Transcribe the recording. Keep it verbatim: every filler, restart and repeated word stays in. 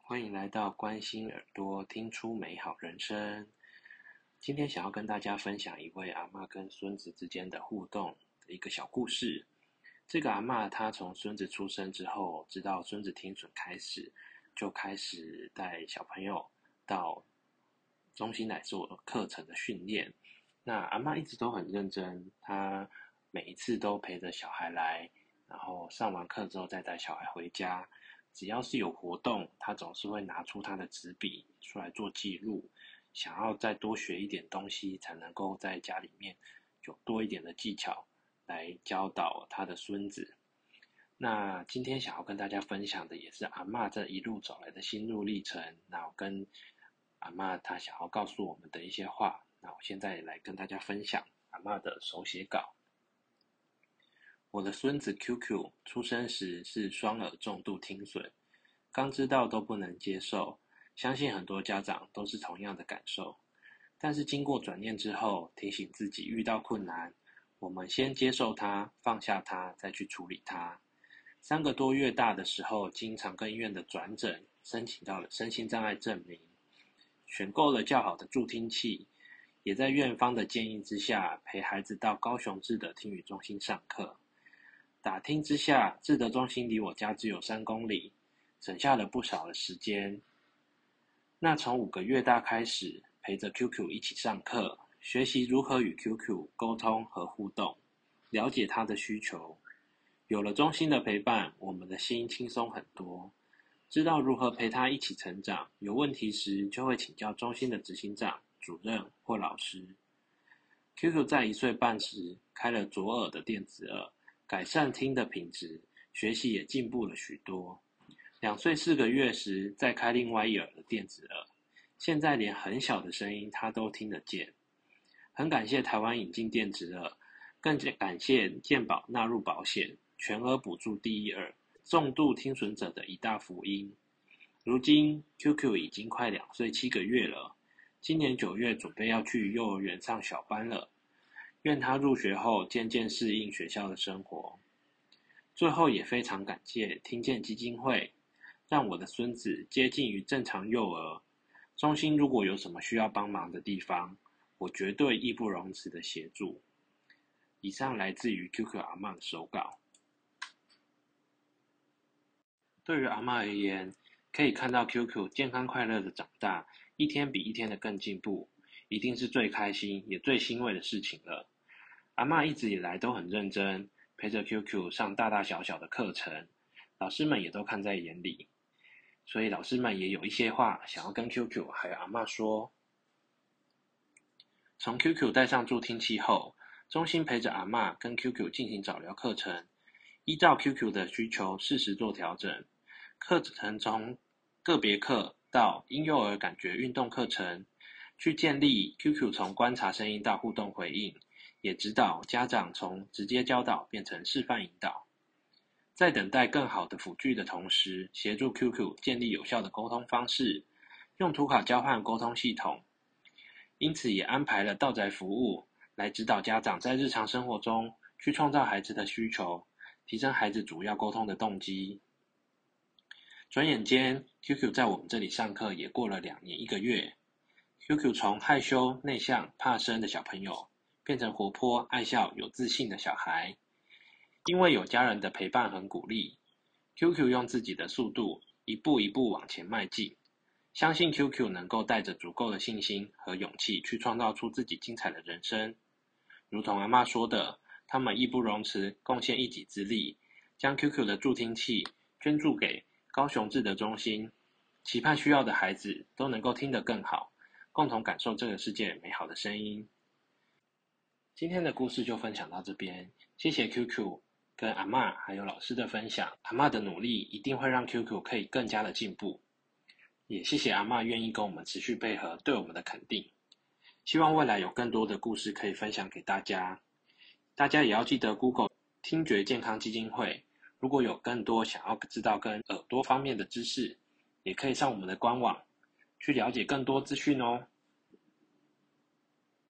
欢迎来到关心耳朵，听出美好人生。今天想要跟大家分享一位阿嬷跟孙子之间的互动的一个小故事。这个阿嬷她从孙子出生之后，直到孙子听损开始，就开始带小朋友到中心来做课程的训练。那阿嬷一直都很认真，她每一次都陪着小孩来，然后上完课之后再带小孩回家。只要是有活动，他总是会拿出他的纸笔出来做记录，想要再多学一点东西，才能够在家里面有多一点的技巧来教导他的孙子。那今天想要跟大家分享的也是阿嬷这一路走来的心路历程，那我跟阿嬷她想要告诉我们的一些话，那我现在来跟大家分享阿嬷的手写稿。我的孙子 Q Q 出生时是双耳重度听损，刚知道都不能接受，相信很多家长都是同样的感受。但是经过转念之后，提醒自己遇到困难，我们先接受它，放下它，再去处理它。三个多月大的时候，经常跟医院的转诊申请到了身心障碍证明，选购了较好的助听器，也在院方的建议之下，陪孩子到高雄智德听语中心上课。打听之下，智德中心离我家只有三公里，省下了不少的时间。那从五个月大开始，陪着 Q Q 一起上课，学习如何与 Q Q 沟通和互动，了解他的需求。有了中心的陪伴，我们的心轻松很多，知道如何陪他一起成长，有问题时就会请教中心的执行长、主任或老师。Q Q 在一岁半时开了左耳的电子耳，改善听的品质，学习也进步了许多。两岁四个月时再开另外一耳的电子耳，现在连很小的声音他都听得见。很感谢台湾引进电子耳，更感谢健保纳入保险，全额补助第一耳，重度听损者的一大福音。如今 Q Q 已经快两岁七个月了，今年九月准备要去幼儿园上小班了。愿他入学后渐渐适应学校的生活。最后也非常感谢听见基金会，让我的孙子接近于正常幼儿。中心如果有什么需要帮忙的地方，我绝对义不容辞的协助。以上来自于 Q Q 阿嬷的手稿。对于阿嬷而言，可以看到 Q Q 健康快乐的长大，一天比一天的更进步，一定是最开心也最欣慰的事情了。阿嬷一直以来都很认真，陪着 Q Q 上大大小小的课程，老师们也都看在眼里，所以老师们也有一些话想要跟 Q Q 还有阿嬷说。从 Q Q 带上助听器后，中心陪着阿嬷跟 Q Q 进行早疗课程，依照 Q Q 的需求适时做调整。课程从个别课到婴幼儿感觉运动课程，去建立 Q Q 从观察声音到互动回应，也指导家长从直接教导变成示范引导。在等待更好的辅具的同时，协助 Q Q 建立有效的沟通方式，用图卡交换沟通系统。因此也安排了到宅服务，来指导家长在日常生活中去创造孩子的需求，提升孩子主要沟通的动机。转眼间 Q Q 在我们这里上课也过了两年一个月。Q Q 从害羞、内向、怕生的小朋友，变成活泼、爱笑、有自信的小孩。因为有家人的陪伴和鼓励， Q Q 用自己的速度一步一步往前迈进。相信 Q Q 能够带着足够的信心和勇气去创造出自己精彩的人生。如同阿嬷说的，他们义不容辞贡献一己之力，将 Q Q 的助听器捐助给高雄智德中心，期盼需要的孩子都能够听得更好，共同感受这个世界美好的声音。今天的故事就分享到这边，谢谢 Q Q 跟阿嬷还有老师的分享，阿嬷的努力一定会让 Q Q 可以更加的进步。也谢谢阿嬷愿意跟我们持续配合，对我们的肯定。希望未来有更多的故事可以分享给大家。大家也要记得 Google 听觉健康基金会，如果有更多想要知道跟耳朵方面的知识，也可以上我们的官网去了解更多资讯哦。